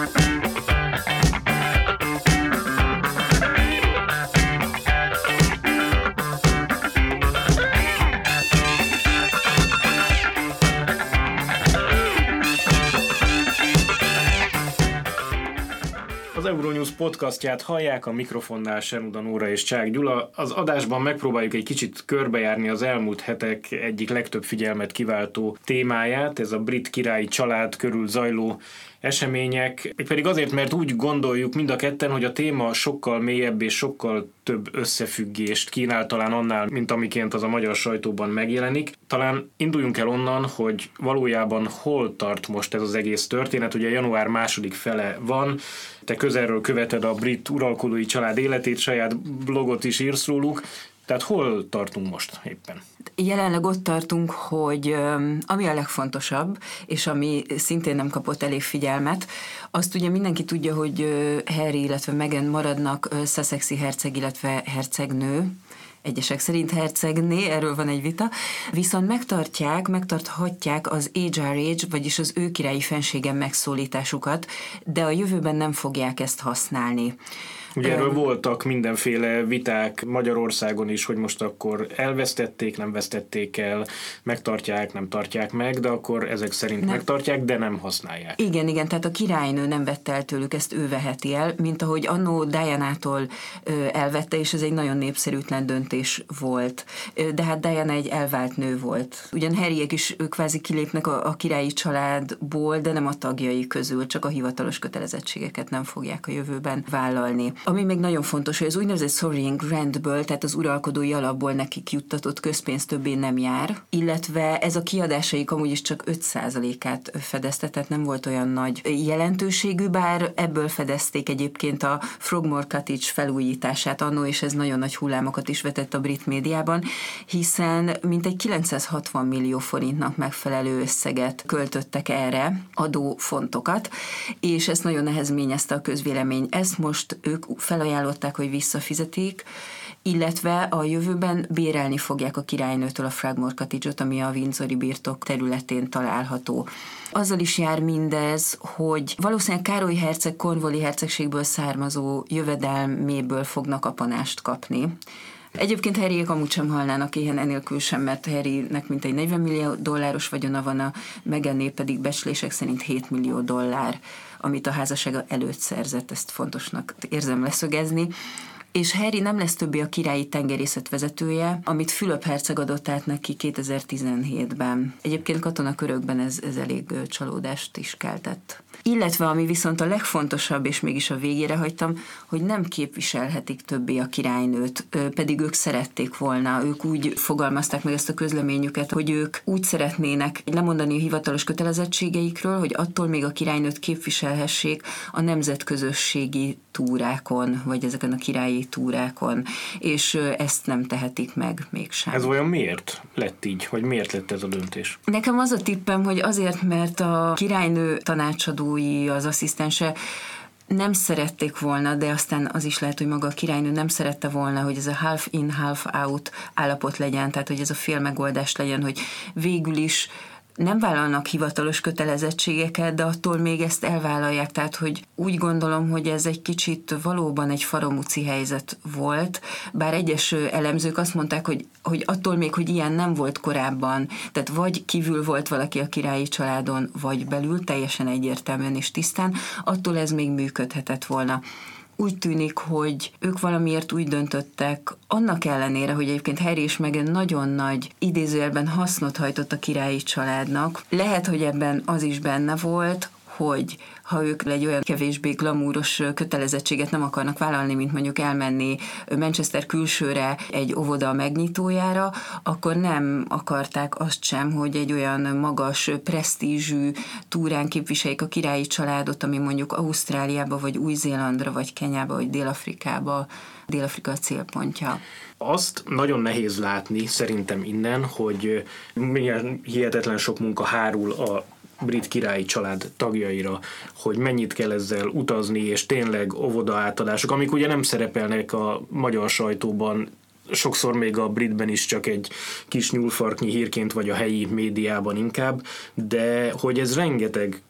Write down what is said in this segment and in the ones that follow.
Euronews podcastját hallják, a mikrofonnál Senuda Nóra és Csák Gyula. Az adásban megpróbáljuk egy kicsit körbejárni az elmúlt hetek egyik legtöbb figyelmet kiváltó témáját, ez a brit királyi család körül zajló események, pedig azért, mert úgy gondoljuk mind a ketten, hogy a téma sokkal mélyebb és sokkal több összefüggést kínál talán annál, mint amiként az a magyar sajtóban megjelenik. Talán induljunk el onnan, hogy valójában hol tart most ez az egész történet. Ugye január második fele van, te közelről követed a brit uralkodói család életét, saját blogot is írsz róluk, tehát hol tartunk most éppen? Jelenleg ott tartunk, hogy ami a legfontosabb, és ami szintén nem kapott elég figyelmet, azt ugye mindenki tudja, hogy Harry, illetve Meghan maradnak Sussexi herceg, illetve hercegnő, egyesek szerint hercegné, erről van egy vita, viszont megtarthatják az HRH, vagyis az ő királyi fenségen megszólításukat, de a jövőben nem fogják ezt használni. Ugye erről voltak mindenféle viták Magyarországon is, hogy most akkor elvesztették, nem vesztették el, megtartják, nem tartják meg, de akkor ezek szerint nem megtartják, de nem használják. Igen, tehát a királynő nem vette el tőlük, ezt ő veheti el, mint ahogy annó Dianától elvette, és ez egy nagyon népszerűtlen döntés volt. De hát Diana egy elvált nő volt. Ugyan Harryek is kvázi kilépnek a királyi családból, de nem a tagjai közül, csak a hivatalos kötelezettségeket nem fogják a jövőben vállalni. Ami még nagyon fontos, hogy az úgynevezett sovereign grantből, tehát az uralkodói alapból nekik juttatott közpénz többé nem jár, illetve ez a kiadásaik amúgy is csak 5%-át fedezte, tehát nem volt olyan nagy jelentőségű, bár ebből fedezték egyébként a Frogmore Cottage felújítását annó, és ez nagyon nagy hullámokat is vetett a brit médiában, hiszen mintegy 960 millió forintnak megfelelő összeget költöttek erre, adófontokat, és ezt nagyon nehezményezte a közvélemény. Ezt most ők felajánlották, hogy visszafizetik, illetve a jövőben bérelni fogják a királynőtől a Frogmore Cottage-ot, ami a Windsori birtok területén található. Azzal is jár mindez, hogy valószínűleg Károly herceg Cornwalli hercegségből származó jövedelméből fognak apanást kapni. Egyébként Harryék amúgy sem halnának éhen enélkül sem, mert Harrynek mintegy 40 millió dolláros vagyona van, a Meghanné pedig becslések szerint 7 millió dollár, amit a házassága előtt szerzett, ezt fontosnak érzem leszögezni. És Harry nem lesz többé a királyi tengerészet vezetője, amit Fülöp herceg adott át neki 2017-ben. Egyébként katonakörökben ez elég csalódást is keltett. Illetve ami viszont a legfontosabb, és mégis a végére hagytam, hogy nem képviselhetik többé a királynőt, pedig ők szerették volna, ők úgy fogalmazták meg ezt a közleményüket, hogy ők úgy szeretnének lemondani a hivatalos kötelezettségeikről, hogy attól még a királynőt képviselhessék a nemzetközösségi túrákon, vagy ezeken a királyi túrákon, és ezt nem tehetik meg mégsem. Ez olyan miért lett így, vagy miért lett ez a döntés? Nekem az a tippem, hogy azért, mert a királynő tanácsadói, az asszisztense nem szerették volna, de aztán az is lehet, hogy maga a királynő nem szerette volna, hogy ez a half in, half out állapot legyen, tehát hogy ez a fél megoldás legyen, hogy végül is nem vállalnak hivatalos kötelezettségeket, de attól még ezt elvállalják, tehát hogy úgy gondolom, hogy ez egy kicsit valóban egy faramúci helyzet volt, bár egyes elemzők azt mondták, hogy attól még, hogy ilyen nem volt korábban, tehát vagy kívül volt valaki a királyi családon, vagy belül, teljesen egyértelműen és tisztán, attól ez még működhetett volna. Úgy tűnik, hogy ők valamiért úgy döntöttek, annak ellenére, hogy egyébként Harry és Meghan nagyon nagy idézőjelben hasznot hajtott a királyi családnak. Lehet, hogy ebben az is benne volt, hogy ha ők egy olyan kevésbé glamúros kötelezettséget nem akarnak vállalni, mint mondjuk elmenni Manchester külsőre egy óvoda megnyitójára, akkor nem akarták azt sem, hogy egy olyan magas presztízsű túrán képviseljék a királyi családot, ami mondjuk Ausztráliába, vagy Új-Zélandra, vagy Kenyába, vagy Dél-Afrikába, Dél-Afrika a célpontja. Azt nagyon nehéz látni szerintem innen, hogy milyen hihetetlen sok munka hárul a brit királyi család tagjaira, hogy mennyit kell ezzel utazni, és tényleg óvoda átadások, amik ugye nem szerepelnek a magyar sajtóban, sokszor még a britben is csak egy kis nyúlfarknyi hírként, vagy a helyi médiában inkább, de hogy ez rengeteg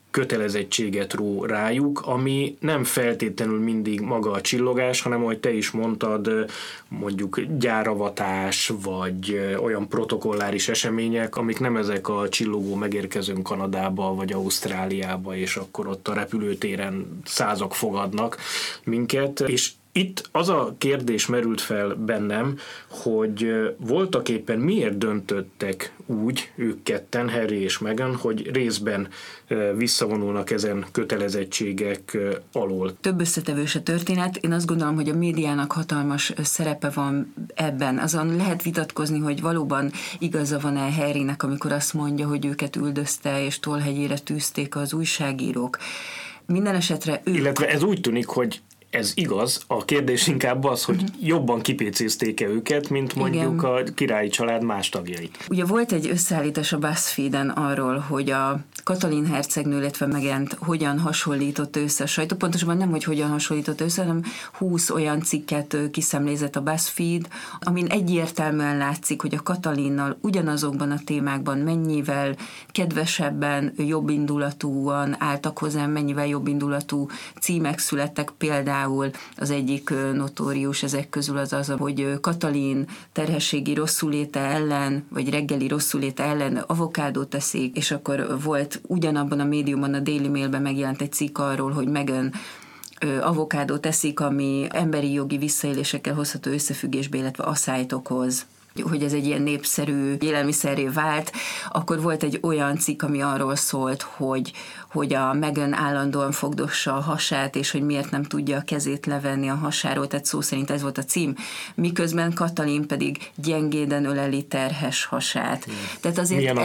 kötelezettséget ró rájuk, ami nem feltétlenül mindig maga a csillogás, hanem ahogy te is mondtad, mondjuk gyáravatás, vagy olyan protokolláris események, amik nem ezek a csillogó megérkezőn Kanadába, vagy Ausztráliába, és akkor ott a repülőtéren százak fogadnak minket, és itt az a kérdés merült fel bennem, hogy voltak éppen miért döntöttek úgy ők ketten, Harry és Meghan, hogy részben visszavonulnak ezen kötelezettségek alól. Több összetevős a történet. Én azt gondolom, hogy a médiának hatalmas szerepe van ebben. Azon lehet vitatkozni, hogy valóban igaza van-e Harrynek, amikor azt mondja, hogy őket üldözte és tollhegyére tűzték az újságírók. Minden esetre ők... Illetve ez úgy tűnik, hogy ez igaz, a kérdés inkább az, hogy jobban kipécézték-e őket, mint mondjuk a királyi család más tagjait. Ugye volt egy összeállítás a BuzzFeeden arról, hogy a Katalin hercegnő, illetve Meghan hogyan hasonlított össze a sajtó. Pontosabban nem, hogy hogyan hasonlított össze, hanem 20 olyan cikket kiszemlézett a BuzzFeed, amin egyértelműen látszik, hogy a Katalinnal ugyanazokban a témákban mennyivel kedvesebben, jobbindulatúan álltak hozzá, mennyivel jobbindulatú címek születtek, például az egyik notórius ezek közül az, hogy Katalin terhességi rosszuléte ellen, vagy reggeli rosszuléte ellen avokádót teszik, és akkor volt ugyanabban a médiumban, a Daily Mailben megjelent egy cikk arról, hogy Meghan avokádót teszik, ami emberi jogi visszaélésekkel hozható összefüggésbe, illetve asszályt okoz, hogy ez egy ilyen népszerű élelmiszerré vált, akkor volt egy olyan cikk, ami arról szólt, hogy a Meghan állandóan fogdossa a hasát, és hogy miért nem tudja a kezét levenni a hasáról, tehát szó szerint ez volt a cím, miközben Katalin pedig gyengéden öleli terhes hasát. Tehát azért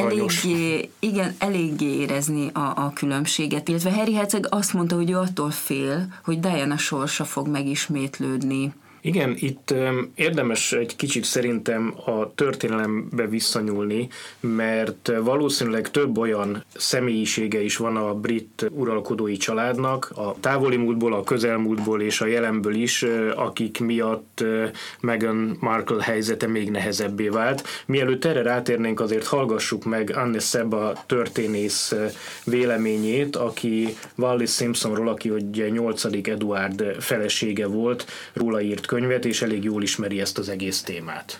eléggé érezni a különbséget, illetve Harry herceg azt mondta, hogy ő attól fél, hogy Diana sorsa fog megismétlődni. Igen, itt érdemes egy kicsit szerintem a történelembe visszanyúlni, mert valószínűleg több olyan személyisége is van a brit uralkodói családnak, a távoli múltból, a közelmúltból és a jelenből is, akik miatt Meghan Markle helyzete még nehezebbé vált. Mielőtt erre rátérnénk, azért hallgassuk meg Anne Seba történész véleményét, aki Wallis Simpsonról, aki ugye 8. Eduárd felesége volt, róla írt könyvet, és elég jól ismeri ezt az egész témát.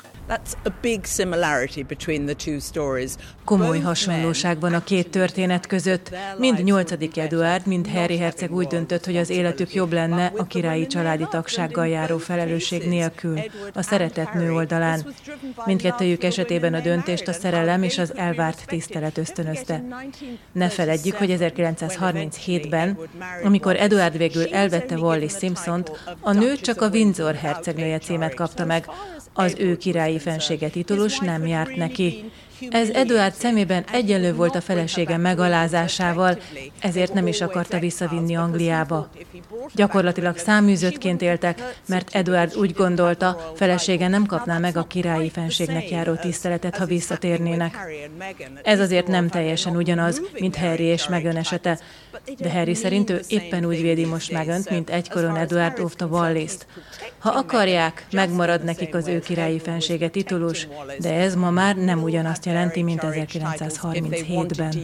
Komoly hasonlóság van a két történet között. Mind 8. Eduárd, mind Harry herceg úgy döntött, hogy az életük jobb lenne a királyi családi tagsággal járó felelősség nélkül, a szeretett nő oldalán. Mindkettőjük esetében a döntést a szerelem és az elvárt tisztelet ösztönözte. Ne feledjük, hogy 1937-ben, amikor Eduárd végül elvette Wallis Simpsont, a nő csak a Windsor hercegnője címet kapta meg, az ő királyi fensége titulus nem járt neki. Ez Eduárd szemében egyenlő volt a felesége megalázásával, ezért nem is akarta visszavinni Angliába. Gyakorlatilag száműzöttként éltek, mert Eduárd úgy gondolta, felesége nem kapná meg a királyi fenségnek járó tiszteletet, ha visszatérnének. Ez azért nem teljesen ugyanaz, mint Harry és Meghan esete, de Harry szerint ő éppen úgy védi most Meghant, mint egykoron Eduárd óvta Wallist. Ha akarják, megmarad nekik az ő királyi fensége titulus, de ez ma már nem ugyanazt jelenti, mint 1937-ben.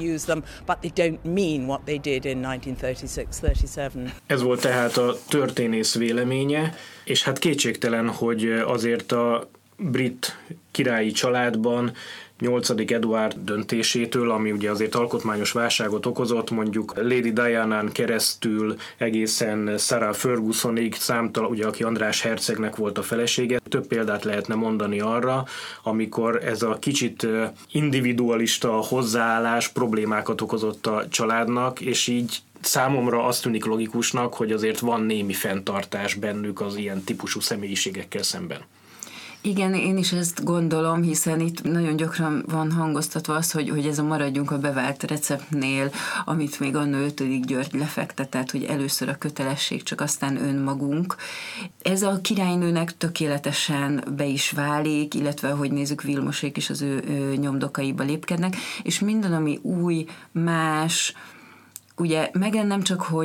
Ez volt tehát a történész véleménye, és hát kétségtelen, hogy azért a brit királyi családban 8. Eduárd döntésétől, ami ugye azért alkotmányos válságot okozott, mondjuk Lady Dianán keresztül egészen Sarah Fergusonig számtalan, ugye aki András hercegnek volt a felesége. Több példát lehetne mondani arra, amikor ez a kicsit individualista hozzáállás problémákat okozott a családnak, és így számomra azt tűnik logikusnak, hogy azért van némi fenntartás bennük az ilyen típusú személyiségekkel szemben. Igen, én is ezt gondolom, hiszen itt nagyon gyakran van hangoztatva az, hogy ez a maradjunk a bevált receptnél, amit még annó 5. György lefektetett, hogy először a kötelesség, csak aztán önmagunk. Ez a királynőnek tökéletesen be is válik, illetve, hogy nézzük, Vilmosék is az ő nyomdokaiba lépkednek, és minden, ami új, más, ugye Meghan nem csak, hogy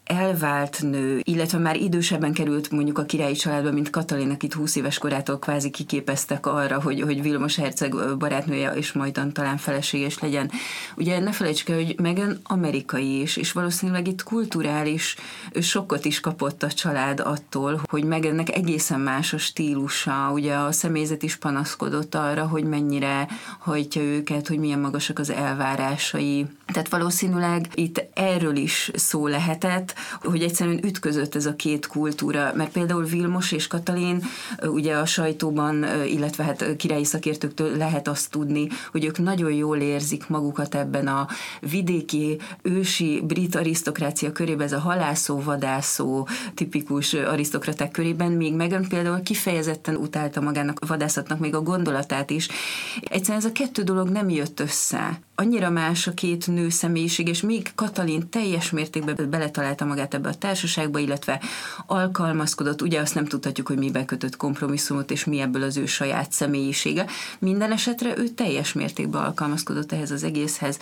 elvált nő, illetve már idősebben került mondjuk a királyi családba, mint Katalin, akit 20 éves korától kvázi kiképeztek arra, hogy Vilmos herceg barátnője és majdan talán felesége is legyen. Ugye ne felejtsük el, hogy Meghan amerikai is, és valószínűleg itt kulturális sokkot is kapott a család attól, hogy Meghannek egészen más a stílusa. Ugye a személyzet is panaszkodott arra, hogy mennyire hajtja őket, hogy milyen magasak az elvárásai. Tehát valószínűleg itt erről is szó lehetett, hogy egyszerűen ütközött ez a két kultúra, mert például Vilmos és Katalin ugye a sajtóban, illetve hát királyi szakértőktől lehet azt tudni, hogy ők nagyon jól érzik magukat ebben a vidéki, ősi brit arisztokrácia körében, ez a halászó, vadászó, tipikus arisztokraták körében, még Meghan például kifejezetten utálta magának a vadászatnak még a gondolatát is. Egyszerűen ez a kettő dolog nem jött össze. Annyira más a két nő személyiség, és még Katalin teljes mértékben beletalálta magát ebbe a társaságba, illetve alkalmazkodott. Ugye azt nem tudhatjuk, hogy miben kötött kompromisszumot, és mi ebből az ő saját személyisége. Minden esetre ő teljes mértékben alkalmazkodott ehhez az egészhez.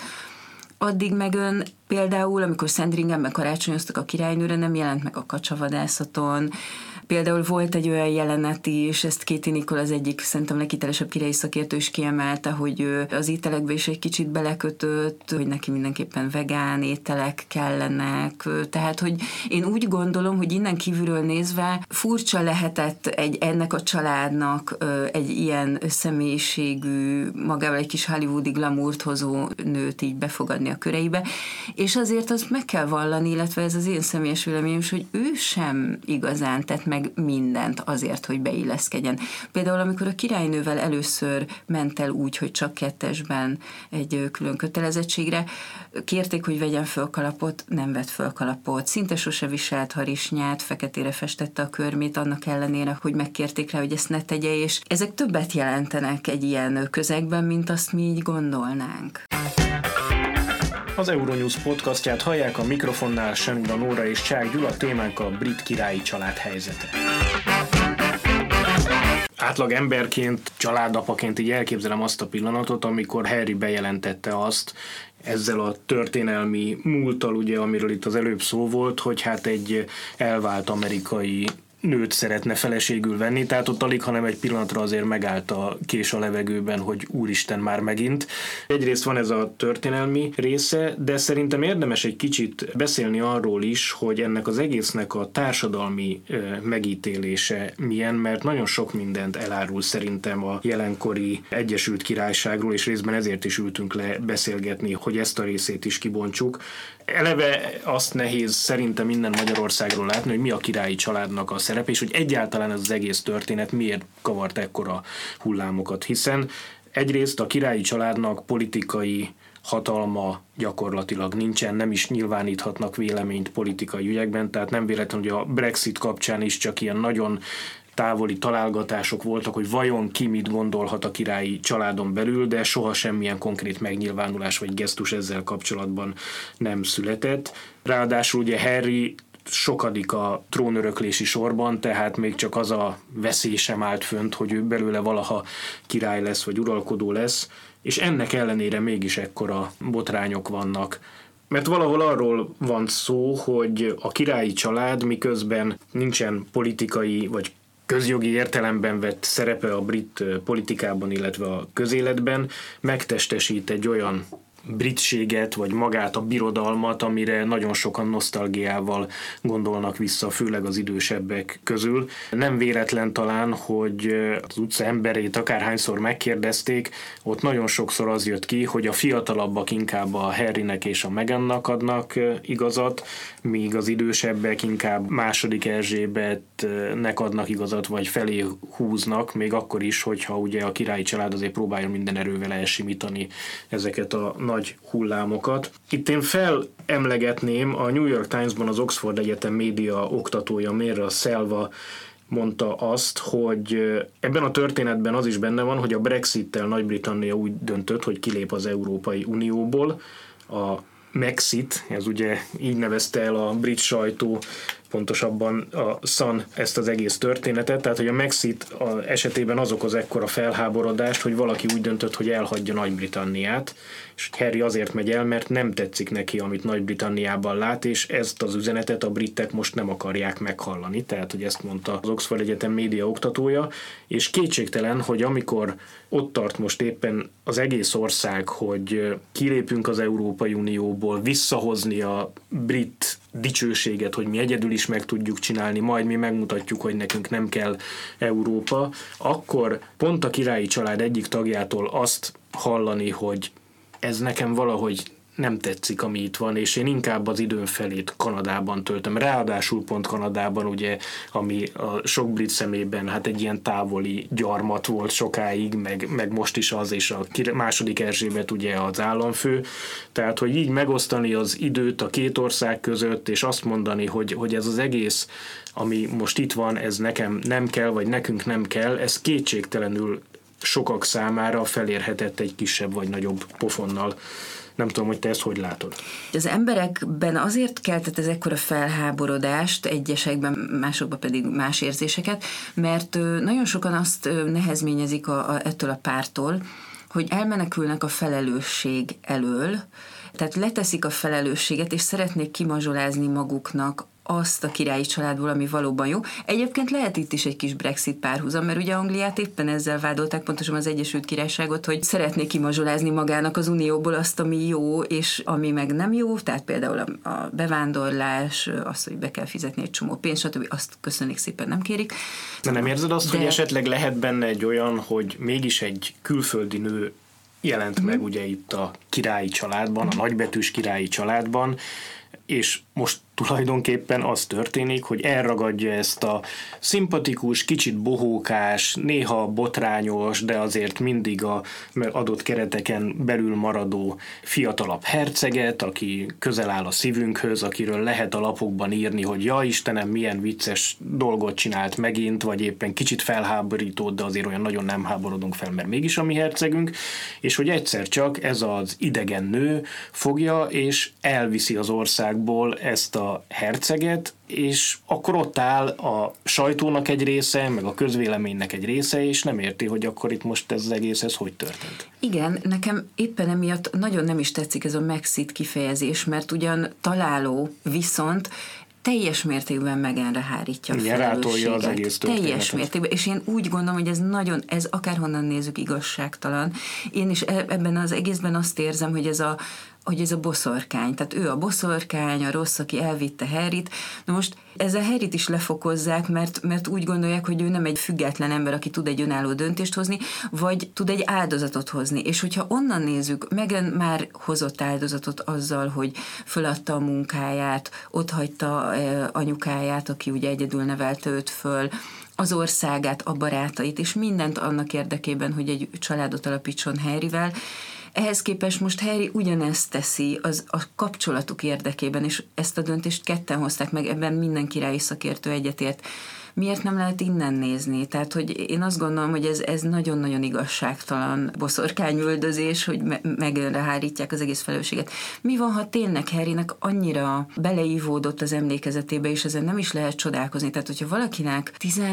Addig Meghan például, amikor Sandringhamben karácsonyoztak a királynőre, nem jelent meg a kacsavadászaton. Például volt egy olyan jelenet is, ezt Katie Nicholl, az egyik szerintem leghitelesebb királyi szakértő is kiemelte, hogy ő az ételekbe is egy kicsit belekötött, hogy neki mindenképpen vegán ételek kellenek. Tehát, hogy én úgy gondolom, hogy innen kívülről nézve furcsa lehetett ennek a családnak egy ilyen személyiségű, magával egy kis hollywoodi glamourt hozó nőt így befogadni a köreibe, és azért azt meg kell vallani, illetve ez az én személyes véleményem is, hogy ő sem igazán tett meg mindent azért, hogy beilleszkedjen. Például amikor a királynővel először ment el úgy, hogy csak kettesben egy külön kötelezettségre, kérték, hogy vegyen föl kalapot, nem vett föl kalapot, szinte sose viselt harisnyát, feketére festette a körmét, annak ellenére, hogy megkérték rá, hogy ezt ne tegye, és ezek többet jelentenek egy ilyen közegben, mint azt mi így gondolnánk. Az Euronews podcastját hallják, a mikrofonnál Senuda Nóra és Csák Gyula, témánk a brit királyi család helyzete. Átlag emberként, családapaként így elképzelem azt a pillanatot, amikor Harry bejelentette azt, ezzel a történelmi múlttal, ugye, amiről itt az előbb szó volt, hogy hát egy elvált amerikai nőt szeretne feleségül venni, tehát ott alig, hanem egy pillanatra azért megállt a kés a levegőben, hogy úristen, már megint. Egyrészt van ez a történelmi része, de szerintem érdemes egy kicsit beszélni arról is, hogy ennek az egésznek a társadalmi megítélése milyen, mert nagyon sok mindent elárul szerintem a jelenkori Egyesült Királyságról, és részben ezért is ültünk le beszélgetni, hogy ezt a részét is kibontsuk. Eleve azt nehéz szerintem innen Magyarországról látni, hogy mi a királyi családnak a szerep, és hogy egyáltalán ez az egész történet miért kavart ekkora hullámokat, hiszen egyrészt a királyi családnak politikai hatalma gyakorlatilag nincsen, nem is nyilváníthatnak véleményt politikai ügyekben, tehát nem véletlenül, hogy a Brexit kapcsán is csak ilyen nagyon távoli találgatások voltak, hogy vajon ki mit gondolhat a királyi családon belül, de soha semmilyen konkrét megnyilvánulás vagy gesztus ezzel kapcsolatban nem született. Ráadásul ugye Harry sokadik a trónöröklési sorban, tehát még csak az a veszély sem állt fönt, hogy ő belőle valaha király lesz, vagy uralkodó lesz, és ennek ellenére mégis ekkora botrányok vannak. Mert valahol arról van szó, hogy a királyi család miközben nincsen politikai vagy közjogi értelemben vett szerepe a brit politikában, illetve a közéletben, megtestesít egy olyan britséget, vagy magát a birodalmat, amire nagyon sokan nosztalgiával gondolnak vissza, főleg az idősebbek közül. Nem véletlen talán, hogy az utca emberét akárhányszor megkérdezték, ott nagyon sokszor az jött ki, hogy a fiatalabbak inkább a Harrynek és a Meghannak adnak igazat, míg az idősebbek inkább második Erzsébetnek adnak igazat, vagy felé húznak, még akkor is, hogyha ugye a királyi család azért próbálja minden erővel elsimítani ezeket a nagy hullámokat. Itt én felemlegetném a New York Times-ban az Oxford Egyetem média oktatója Mira Selva mondta azt, hogy ebben a történetben az is benne van, hogy a Brexittel Nagy-Britannia úgy döntött, hogy kilép az Európai Unióból. A Mexit, ez ugye így nevezte el a brit sajtó pontosabban a Sun ezt az egész történetet, tehát hogy a Megxit esetében az okoz ekkora felháborodást, hogy valaki úgy döntött, hogy elhagyja Nagy-Britanniát, és Harry azért megy el, mert nem tetszik neki, amit Nagy-Britanniában lát, és ezt az üzenetet a britek most nem akarják meghallani, tehát hogy ezt mondta az Oxford Egyetem média oktatója, és kétségtelen, hogy amikor ott tart most éppen az egész ország, hogy kilépünk az Európai Unióból, visszahozni a brit dicsőséget, hogy mi egyedül is meg tudjuk csinálni, majd mi megmutatjuk, hogy nekünk nem kell Európa, akkor pont a királyi család egyik tagjától azt hallani, hogy ez nekem valahogy nem tetszik, ami itt van, és én inkább az időm felét Kanadában töltöm. Ráadásul pont Kanadában, ugye, ami a sok brit szemében hát egy ilyen távoli gyarmat volt sokáig, meg most is az, és a második Erzsébet ugye az államfő. Tehát, hogy így megosztani az időt a két ország között, és azt mondani, hogy ez az egész, ami most itt van, ez nekem nem kell, vagy nekünk nem kell, ez kétségtelenül sokak számára felérhetett egy kisebb vagy nagyobb pofonnal. Nem tudom, hogy te ezt hogy látod. Az emberekben azért keltett ez ekkora felháborodást, egyesekben, másokban pedig más érzéseket, mert nagyon sokan azt nehezményezik ettől a pártól, hogy elmenekülnek a felelősség elől, tehát leteszik a felelősséget, és szeretnék kimazsolázni maguknak azt a királyi családból, ami valóban jó. Egyébként lehet itt is egy kis Brexit párhuzam, mert ugye Angliát éppen ezzel vádolták, pontosan az Egyesült Királyságot, hogy szeretné kimazsolázni magának az unióból azt, ami jó, és ami meg nem jó, tehát például a bevándorlás, az, hogy be kell fizetni egy csomó pénzt, stb. Azt köszönik szépen, nem kérik. De nem érzed azt, hogy esetleg lehet benne egy olyan, hogy mégis egy külföldi nő jelent meg ugye itt a királyi családban, a nagybetűs királyi családban, és most tulajdonképpen az történik, hogy elragadja ezt a szimpatikus, kicsit bohókás, néha botrányos, de azért mindig a adott kereteken belül maradó fiatalabb herceget, aki közel áll a szívünkhöz, akiről lehet a lapokban írni, hogy ja Istenem, milyen vicces dolgot csinált megint, vagy éppen kicsit felháborító, de azért olyan nagyon nem háborodunk fel, mert mégis a mi hercegünk, és hogy egyszer csak ez az idegen nő fogja, és elviszi az országból ezt a herceget, és akkor ott áll a sajtónak egy része, meg a közvéleménynek egy része, és nem érti, hogy akkor itt most ez az egész, ez hogy történt. Igen, nekem éppen emiatt nagyon nem is tetszik ez a Megxit kifejezés, mert ugyan találó, viszont teljes mértékben Meghanre hárítja a felelősséget. Az egész történetet. Teljes mértékben, és én úgy gondolom, hogy ez akárhonnan nézzük igazságtalan. Én is ebben az egészben azt érzem, hogy ez a boszorkány. Tehát ő a boszorkány, a rossz, aki elvitte Harryt. Na most ezzel Harryt is lefokozzák, mert úgy gondolják, hogy ő nem egy független ember, aki tud egy önálló döntést hozni, vagy tud egy áldozatot hozni. És hogyha onnan nézzük, Meghan már hozott áldozatot azzal, hogy föladta a munkáját, otthagyta anyukáját, aki ugye egyedül nevelte őt föl, az országát, a barátait, és mindent annak érdekében, hogy egy családot alapítson Harryvel. Ehhez képest most Harry ugyanezt teszi a kapcsolatuk érdekében, és ezt a döntést ketten hozták meg, ebben minden királyi szakértő egyetért. Miért nem lehet innen nézni? Tehát, hogy én azt gondolom, hogy ez nagyon-nagyon igazságtalan boszorkányüldözés, hogy Meghanre hárítják az egész felelősséget. Mi van, ha tényleg Harrynek annyira beleívódott az emlékezetébe, és ezen nem is lehet csodálkozni? Tehát, hogyha valakinek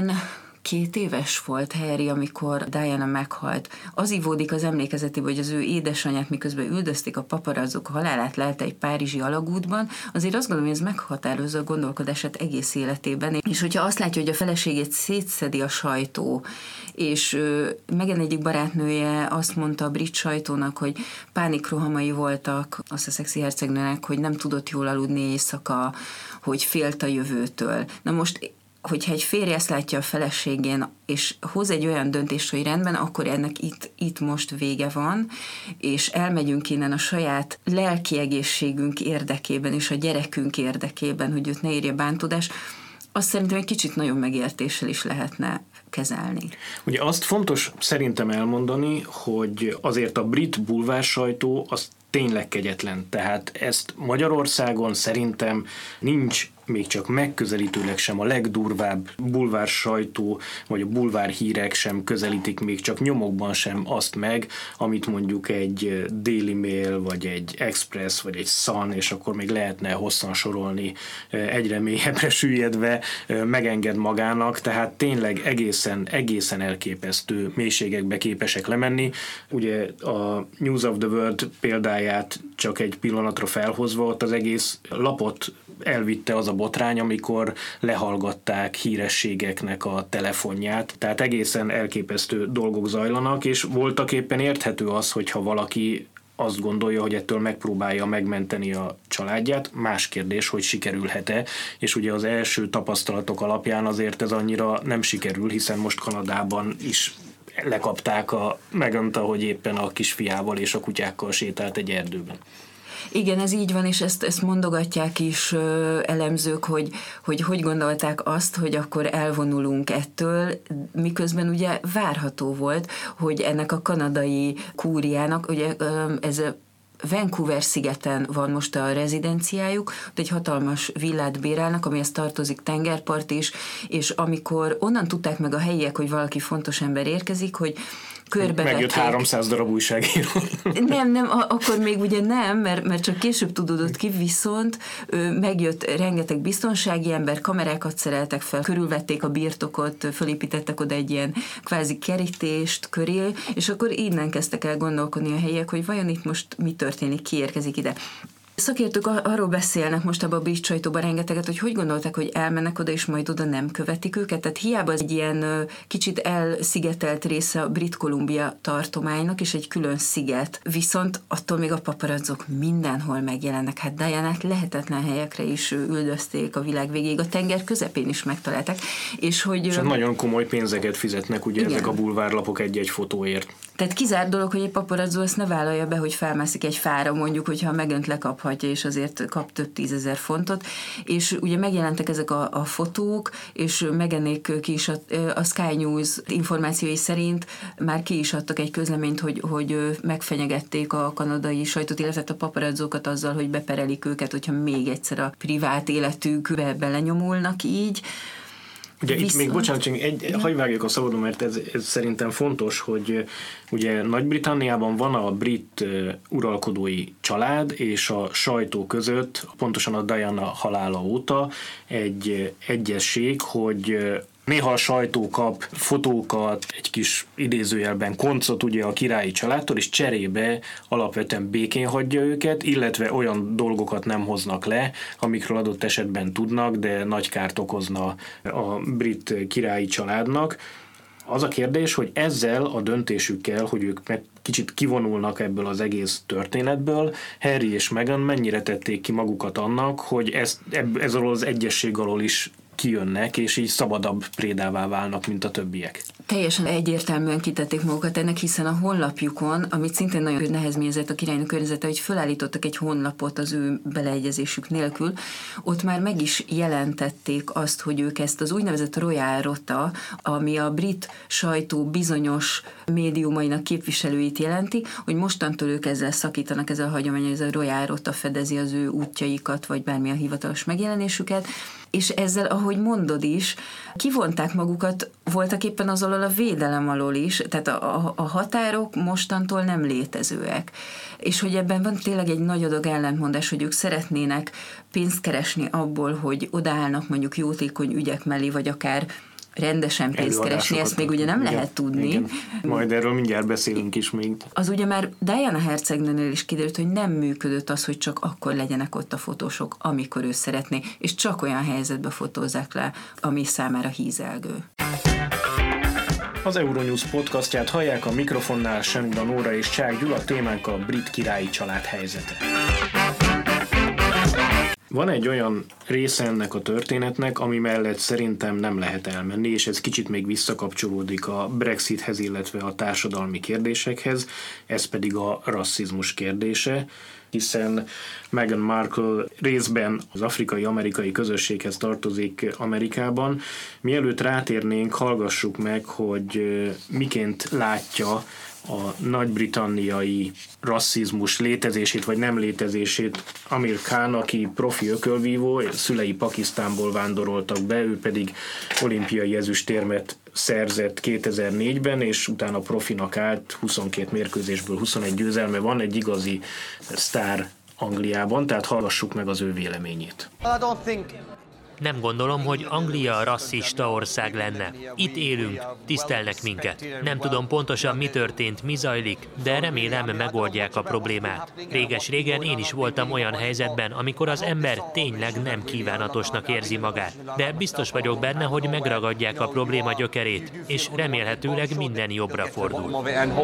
12 éves volt Harry, amikor Diana meghalt. Az ivódik az emlékezetébe, hogy az ő édesanyját miközben üldözték a paparazzok, halálát lelte egy párizsi alagútban, azért azt gondolom, hogy ez meghatározza a gondolkodását egész életében. És hogyha azt látja, hogy a feleségét szétszedi a sajtó, és Meghan egyik barátnője azt mondta a brit sajtónak, hogy pánikrohamai voltak azt a szexi hercegnőnek, hogy nem tudott jól aludni éjszaka, hogy félt a jövőtől. Na most hogyha egy férj ezt látja a feleségén, és hoz egy olyan döntést, hogy rendben, akkor ennek itt most vége van, és elmegyünk innen a saját lelki egészségünk érdekében, és a gyerekünk érdekében, hogy őt ne érje bántódás, azt szerintem egy kicsit nagyon megértéssel is lehetne kezelni. Ugye azt fontos szerintem elmondani, hogy azért a brit bulvár sajtó az tényleg kegyetlen. Tehát ezt Magyarországon szerintem nincs még csak megközelítőleg sem a legdurvább bulvár sajtó, vagy a bulvár hírek sem közelítik még csak nyomokban sem azt meg, amit mondjuk egy Daily Mail, vagy egy Express, vagy egy Sun, és akkor még lehetne hosszan sorolni, egyre mélyebbre süllyedve megenged magának, tehát tényleg egészen elképesztő mélységekbe képesek lemenni. Ugye a News of the World példáját csak egy pillanatra felhozva, ott az egész lapot elvitte az a botrány, amikor lehallgatták hírességeknek a telefonját, tehát egészen elképesztő dolgok zajlanak, és voltak éppen érthető az, hogyha valaki azt gondolja, hogy ettől megpróbálja megmenteni a családját. Más kérdés, hogy sikerülhet-e, és ugye az első tapasztalatok alapján azért ez annyira nem sikerül, hiszen most Kanadában is lekapták a Megant, hogy éppen a kisfiával és a kutyákkal sétált egy erdőben. Igen, ez így van, és ezt mondogatják is elemzők, hogy gondolták azt, hogy akkor elvonulunk ettől, miközben ugye várható volt, hogy ennek a kanadai kúriának, ugye ez Vancouver szigeten van most a rezidenciájuk, ott egy hatalmas villát bérelnek, amihez tartozik tengerpart is, és amikor onnan tudták meg a helyiek, hogy valaki fontos ember érkezik, hogy körbevették. Megjött 300 darab újságíró. Nem, akkor még ugye nem, mert csak később tudódott ki, viszont megjött rengeteg biztonsági ember, kamerákat szereltek fel, körülvették a birtokot, fölépítettek oda egy ilyen kvázi kerítést köré, és akkor innen kezdtek el gondolkodni a helyiek, hogy vajon itt most mi történik, ki érkezik ide. Szakértők arról beszélnek most abban a brit sajtóban rengeteget, hogy gondolták, hogy elmennek oda, és majd oda nem követik őket. Tehát hiába egy ilyen kicsit elszigetelt része a Brit Kolumbia tartománynak, és egy külön sziget. Viszont attól még a paparazzok mindenhol megjelennek. Hát Dianát lehetetlen helyekre is üldözték a világ végéig, a tenger közepén is megtalálták. És nagyon komoly pénzeket fizetnek ugye ezek a bulvárlapok egy-egy fotóért. Tehát kizárt dolog, hogy egy paparazzó ezt ne vállalja be, hogy felmászik egy fára, mondjuk, hogyha Megant lekaphatja, és azért kap több 10 000 fontot. És ugye megjelentek ezek a fotók, és Meganék ki is a Sky News információi szerint már ki is adtak egy közleményt, hogy megfenyegették a kanadai sajtót, illetve a paparazzókat azzal, hogy beperelik őket, hogyha még egyszer a privát életükbe belenyomulnak így. Ugye itt még, bocsánat, hagyj vágjuk a szabadon, mert ez szerintem fontos, hogy ugye Nagy-Britanniában van a brit uralkodói család és a sajtó között, pontosan a Diana halála óta egy egyezség, hogy néha a sajtó kap fotókat, egy kis idézőjelben koncot ugye a királyi családtól, és cserébe alapvetően békén hagyja őket, illetve olyan dolgokat nem hoznak le, amikről adott esetben tudnak, de nagy kárt okozna a brit királyi családnak. Az a kérdés, hogy ezzel a döntésükkel, hogy ők kicsit kivonulnak ebből az egész történetből, Harry és Meghan mennyire tették ki magukat annak, hogy ez alól az egyesség alól is kijönnek, és így szabadabb prédává válnak, mint a többiek. Teljesen egyértelműen kitették magukat ennek, hiszen a honlapjukon, amit szintén nagyon nehezményezett a királynő környezete, hogy felállítottak egy honlapot az ő beleegyezésük nélkül, ott már meg is jelentették azt, hogy ők ezt az úgynevezett Royal Rota, ami a brit sajtó bizonyos médiumainak képviselőit jelenti, hogy mostantól ők ezzel szakítanak, ezzel a hagyomány, hogy ez a Royal Rota fedezi az ő útjaikat, vagy bármilyen hivatalos megjelenésüket, és ezzel, ahogy mondod is, kivonták magukat voltak éppen az alól a védelem alól is, tehát a határok mostantól nem létezőek. És hogy ebben van tényleg egy nagy adag ellentmondás, hogy ők szeretnének pénzt keresni abból, hogy odaállnak mondjuk jótékony ügyek mellé, vagy akár rendesen pénzt keresni, ezt még ugye nem lehet tudni. Igen. Majd erről mindjárt beszélünk is még. Az ugye már Diana hercegnőnél is kiderült, hogy nem működött az, hogy csak akkor legyenek ott a fotósok, amikor ő szeretné, és csak olyan helyzetbe fotózzák le, ami számára hízelgő. Az Euronews podcastját hallják, a mikrofonnál Senuda Nóra és Csák Gyula, témánk a brit királyi család helyzete. Van egy olyan része ennek a történetnek, ami mellett szerintem nem lehet elmenni, és ez kicsit még visszakapcsolódik a Brexithez, illetve a társadalmi kérdésekhez, ez pedig a rasszizmus kérdése, hiszen Meghan Markle részben az afrikai-amerikai közösséghez tartozik Amerikában. Mielőtt rátérnénk, hallgassuk meg, hogy miként látja a nagy-britanniai rasszizmus létezését vagy nem létezését Amir Khan, aki profi ökölvívó, szülei Pakisztánból vándoroltak be, ő pedig olimpiai ezüstérmet szerzett 2004-ben, és utána profinak állt, 22 mérkőzésből 21 győzelme van, egy igazi sztár Angliában, tehát hallgassuk meg az ő véleményét. Nem gondolom, hogy Anglia rasszista ország lenne. Itt élünk, tisztelnek minket. Nem tudom pontosan, mi történt, mi zajlik, de remélem megoldják a problémát. Réges-régen én is voltam olyan helyzetben, amikor az ember tényleg nem kívánatosnak érzi magát. De biztos vagyok benne, hogy megragadják a probléma gyökerét, és remélhetőleg minden jobbra fordul.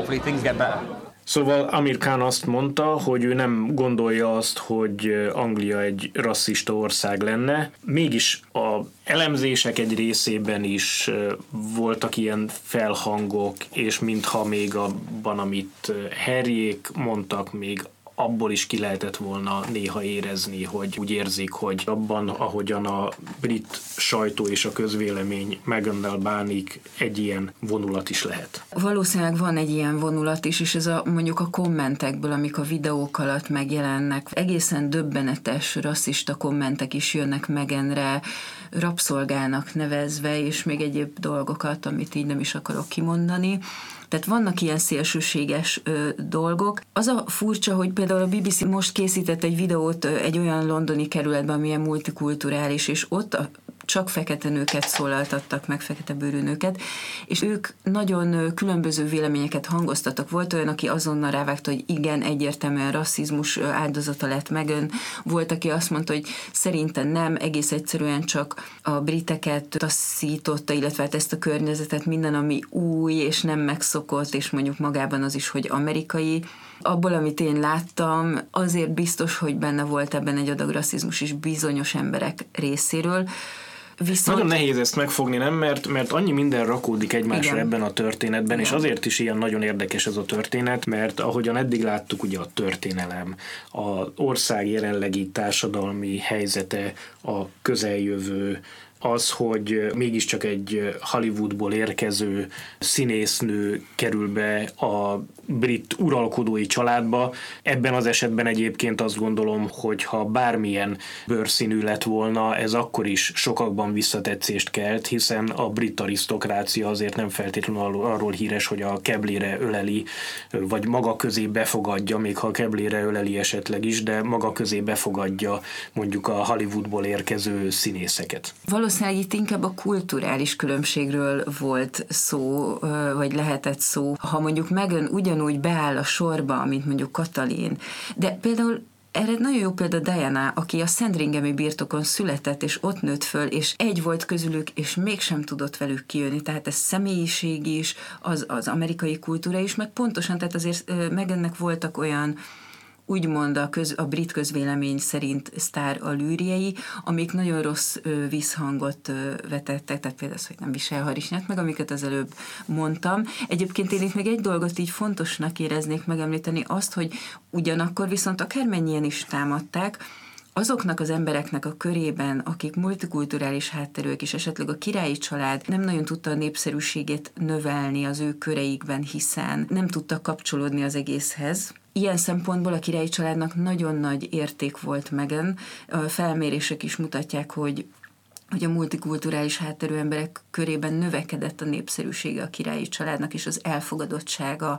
Szóval Amir Khan azt mondta, hogy ő nem gondolja azt, hogy Anglia egy rasszista ország lenne. Mégis az elemzések egy részében is voltak ilyen felhangok, és mintha még abban, amit Harryék mondtak, még abból is ki lehetett volna néha érezni, hogy úgy érzik, hogy abban, ahogyan a brit sajtó és a közvélemény Meghan-nel bánik, egy ilyen vonulat is lehet. Valószínűleg van egy ilyen vonulat is, és ez mondjuk a kommentekből, amik a videók alatt megjelennek, egészen döbbenetes rasszista kommentek is jönnek Meghanre, rabszolgának nevezve, és még egyéb dolgokat, amit így nem is akarok kimondani. Tehát vannak ilyen szélsőséges dolgok. Az a furcsa, hogy például a BBC most készített egy videót egy olyan londoni kerületben, amilyen multikulturális, és ott csak fekete nőket szólaltattak meg, fekete bőrű nőket, és ők nagyon különböző véleményeket hangoztattak. Volt olyan, aki azonnal rávágta, hogy igen, egyértelműen rasszizmus áldozata lett Meghan. Volt, aki azt mondta, hogy szerintem nem, egész egyszerűen csak a briteket taszította, illetve hát ezt a környezetet, minden, ami új és nem megszokott, és mondjuk magában az is, hogy amerikai. Abból, amit én láttam, azért biztos, hogy benne volt ebben egy adag rasszizmus is bizonyos emberek részéről. Viszont... Nagyon nehéz ezt megfogni, nem? Mert annyi minden rakódik egymásra ebben a történetben, és azért is ilyen nagyon érdekes ez a történet, mert ahogyan eddig láttuk, ugye a történelem, az ország jelenlegi társadalmi helyzete, a közeljövő, az, hogy mégiscsak egy Hollywoodból érkező színésznő kerül be a brit uralkodói családba. Ebben az esetben egyébként azt gondolom, hogy ha bármilyen bőrszínű lett volna, ez akkor is sokakban visszatetszést kelt, hiszen a brit arisztokrácia azért nem feltétlenül arról híres, hogy a keblére öleli, vagy maga közé befogadja, még ha a keblére öleli esetleg is, de maga közé befogadja mondjuk a Hollywoodból érkező színészeket. Valószínűleg itt inkább a kulturális különbségről volt szó, vagy lehetett szó. Ha mondjuk Meghan ugyanúgy beáll a sorba, mint mondjuk Katalin, de például erre nagyon jó példa Diana, aki a Sandringhami birtokon született, és ott nőtt föl, és egy volt közülük, és mégsem tudott velük kijönni. Tehát ez személyiség is, az amerikai kultúra is, meg pontosan, tehát azért Meghannek voltak olyan úgymond a brit közvélemény szerint sztár allűrjei, amik nagyon rossz visszhangot vetettek, tehát például az, hogy nem visel harisnyát, meg amiket az előbb mondtam. Egyébként én itt még egy dolgot így fontosnak éreznék megemlíteni, azt, hogy ugyanakkor viszont akármennyien is támadták, azoknak az embereknek a körében, akik multikulturális hátterűek, és esetleg a királyi család nem nagyon tudta a népszerűségét növelni az ő köreikben, hiszen nem tudta kapcsolódni az egészhez. Ilyen szempontból a királyi családnak nagyon nagy érték volt Meghan. A felmérések is mutatják, hogy a multikulturális hátterű emberek körében növekedett a népszerűsége a királyi családnak, és az elfogadottsága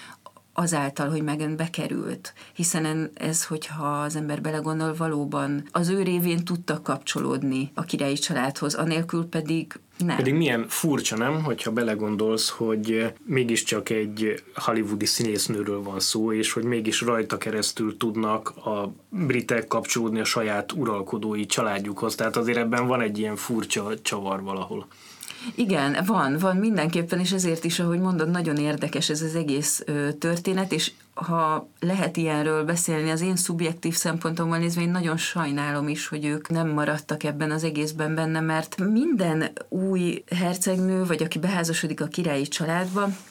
azáltal, hogy Meghan bekerült. Hiszen ez, hogyha az ember belegondol, valóban az ő révén tudtak kapcsolódni a királyi családhoz, anélkül pedig nem. Pedig milyen furcsa, nem, hogyha belegondolsz, hogy mégiscsak egy hollywoodi színésznőről van szó, és hogy mégis rajta keresztül tudnak a britek kapcsolódni a saját uralkodói családjukhoz. Tehát azért ebben van egy ilyen furcsa csavar valahol. Igen, van mindenképpen, és ezért is, ahogy mondod, nagyon érdekes ez az egész történet, és ha lehet ilyenről beszélni, az én szubjektív szempontommal nézve, én nagyon sajnálom is, hogy ők nem maradtak ebben az egészben benne, mert minden új hercegnő, vagy aki beházasodik a királyi családba,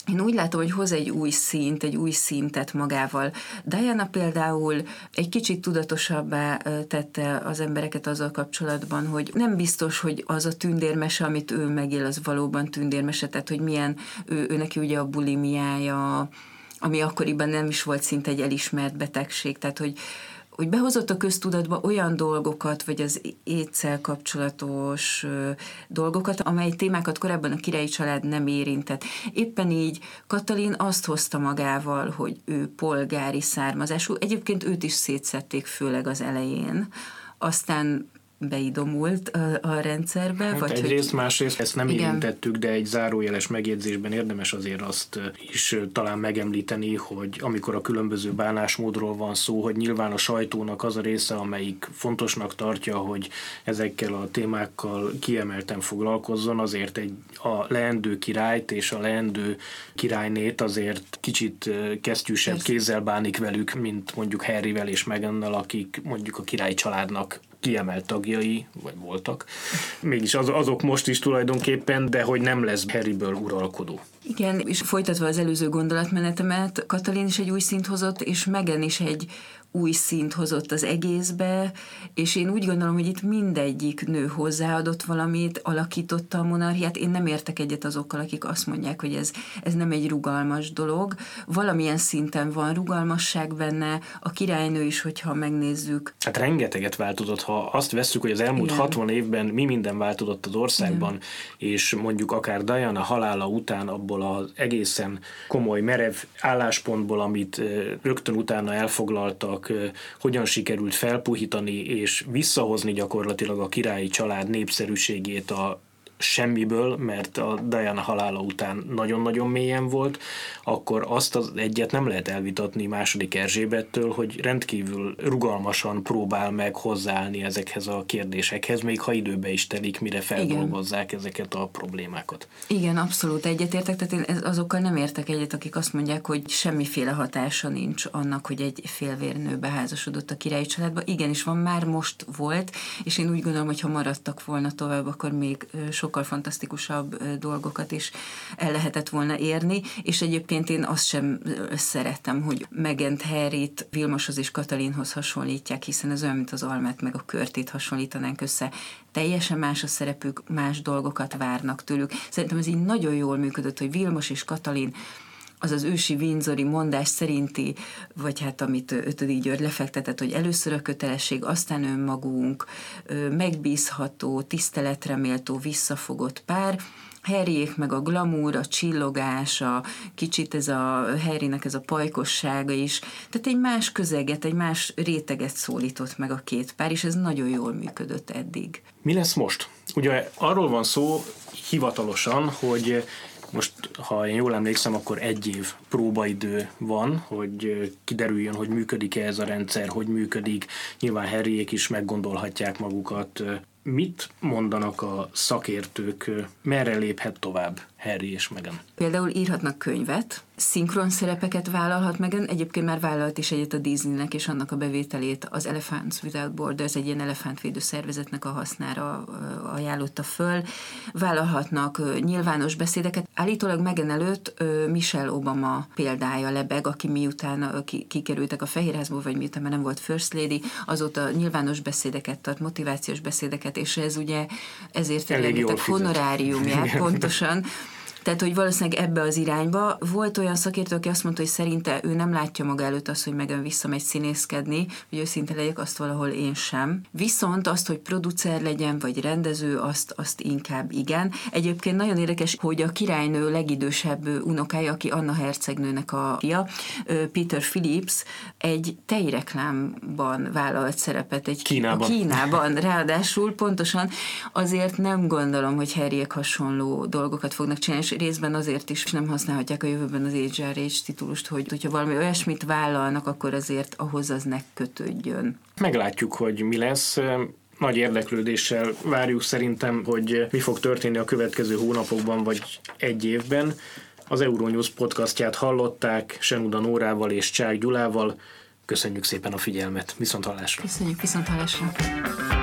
Én úgy látom, hogy hoz egy új szintet magával. Diana például egy kicsit tudatosabbá tette az embereket azzal kapcsolatban, hogy nem biztos, hogy az a tündérmese, amit ő megél, az valóban tündérmese, tehát hogy milyen, ő neki ugye a bulimiája, ami akkoriban nem is volt szinte egy elismert betegség, tehát hogy behozott a köztudatba olyan dolgokat, vagy az AIDS-szel kapcsolatos dolgokat, amely témákat korábban a királyi család nem érintett. Éppen így Katalin azt hozta magával, hogy ő polgári származású. Egyébként őt is szétszedték, főleg az elején. Aztán beidomult a rendszerbe. Hát vagy egyrészt, másrészt ezt nem érintettük, de egy zárójeles megjegyzésben érdemes azért azt is talán megemlíteni, hogy amikor a különböző bánásmódról van szó, hogy nyilván a sajtónak az a része, amelyik fontosnak tartja, hogy ezekkel a témákkal kiemelten foglalkozzon, azért a leendő királyt és a leendő királynét azért kicsit kesztyűsebb kézzel bánik velük, mint mondjuk Harryvel és Meghannel, akik mondjuk a királyi családnak kiemelt tagjai, vagy voltak. Mégis azok most is tulajdonképpen, de hogy nem lesz Harryből uralkodó. Igen, és folytatva az előző gondolatmenetemet, Katalin is egy új szint hozott, és Meghan is egy új szint hozott az egészbe, és én úgy gondolom, hogy itt mindegyik nő hozzáadott valamit, alakította a monarchiát. Én nem értek egyet azokkal, akik azt mondják, hogy ez nem egy rugalmas dolog. Valamilyen szinten van rugalmasság benne, a királynő is, hogyha megnézzük. Hát rengeteget változott, ha azt vesszük, hogy az elmúlt 60 évben mi minden változott az országban, és mondjuk akár Diana halála után abból az egészen komoly, merev álláspontból, amit rögtön utána elfoglaltak, hogyan sikerült felpuhítani és visszahozni gyakorlatilag a királyi család népszerűségét a semmiből, mert a Diana halála után nagyon-nagyon mélyen volt, akkor azt az egyet nem lehet elvitatni második Erzsébettől, hogy rendkívül rugalmasan próbál meg hozzáállni ezekhez a kérdésekhez, még ha időbe is telik, mire feldolgozzák ezeket a problémákat. Igen, abszolút egyetértek, tehát én azokkal nem értek egyet, akik azt mondják, hogy semmiféle hatása nincs annak, hogy egy félvérnő beházasodott a királyi családba. Igenis van, már most volt, és én úgy gondolom, hogy ha maradtak volna tovább, akkor még sokkal fantasztikusabb dolgokat is el lehetett volna érni, és egyébként én azt sem szerettem, hogy Meghant, Harryt Vilmoshoz és Katalinhoz hasonlítják, hiszen ez olyan, mint az almát meg a körtét hasonlítanánk össze. Teljesen más a szerepük, más dolgokat várnak tőlük. Szerintem ez így nagyon jól működött, hogy Vilmos és Katalin az az ősi windsori mondás szerinti, vagy hát amit Ötödik György lefektetett, hogy először a kötelesség, aztán önmagunk, megbízható, tiszteletre méltó, visszafogott pár. Harryék meg a glamour, a csillogás, kicsit ez a Harrynek ez a pajkossága is. Tehát egy más közeget, egy más réteget szólított meg a két pár, és ez nagyon jól működött eddig. Mi lesz most? Ugye arról van szó hivatalosan, hogy most, ha én jól emlékszem, akkor 1 év próbaidő van, hogy kiderüljön, hogy működik-e ez a rendszer, hogy működik. Nyilván Harryék is meggondolhatják magukat. Mit mondanak a szakértők, merre léphet tovább Harry és Meghan? Például írhatnak könyvet, szinkron szerepeket vállalhat Meghan, egyébként már vállalt is egyet a Disneynek, és annak a bevételét az Elephants Without Borders, egy ilyen elefántvédő szervezetnek a hasznára ajánlotta föl. Vállalhatnak nyilvános beszédeket. Állítólag Meghan előtt Michelle Obama példája lebeg, aki miután kikerültek a Fehérházból, vagy miután már nem volt First Lady, azóta nyilvános beszédeket tart, motivációs beszédeket, és ez ugye ezért rengeteg honoráriumját pontosan. Tehát, hogy valószínűleg ebbe az irányba. Volt olyan szakértő, aki azt mondta, hogy szerinte ő nem látja maga előtt azt, hogy Meghan visszamegy színészkedni, hogy őszinte legyek, azt valahol én sem. Viszont azt, hogy producer legyen, vagy rendező, azt inkább igen. Egyébként nagyon érdekes, hogy a királynő legidősebb unokája, aki Anna hercegnőnek a fia, Peter Phillips, egy tejreklámban vállalt szerepet. Kínában, ráadásul pontosan. Azért nem gondolom, hogy Harryék hasonló dolgokat fognak csinálni, és részben azért is nem használhatják a jövőben az HRH titulust, hogyha valami olyasmit vállalnak, akkor azért ahhoz az ne kötődjön. Meglátjuk, hogy mi lesz. Nagy érdeklődéssel várjuk szerintem, hogy mi fog történni a következő hónapokban vagy 1 évben. Az Euronews podcastját hallották Senuda Nórával és Csák Gyulával. Köszönjük szépen a figyelmet. Viszonthallásra. Köszönjük, viszonthallásra.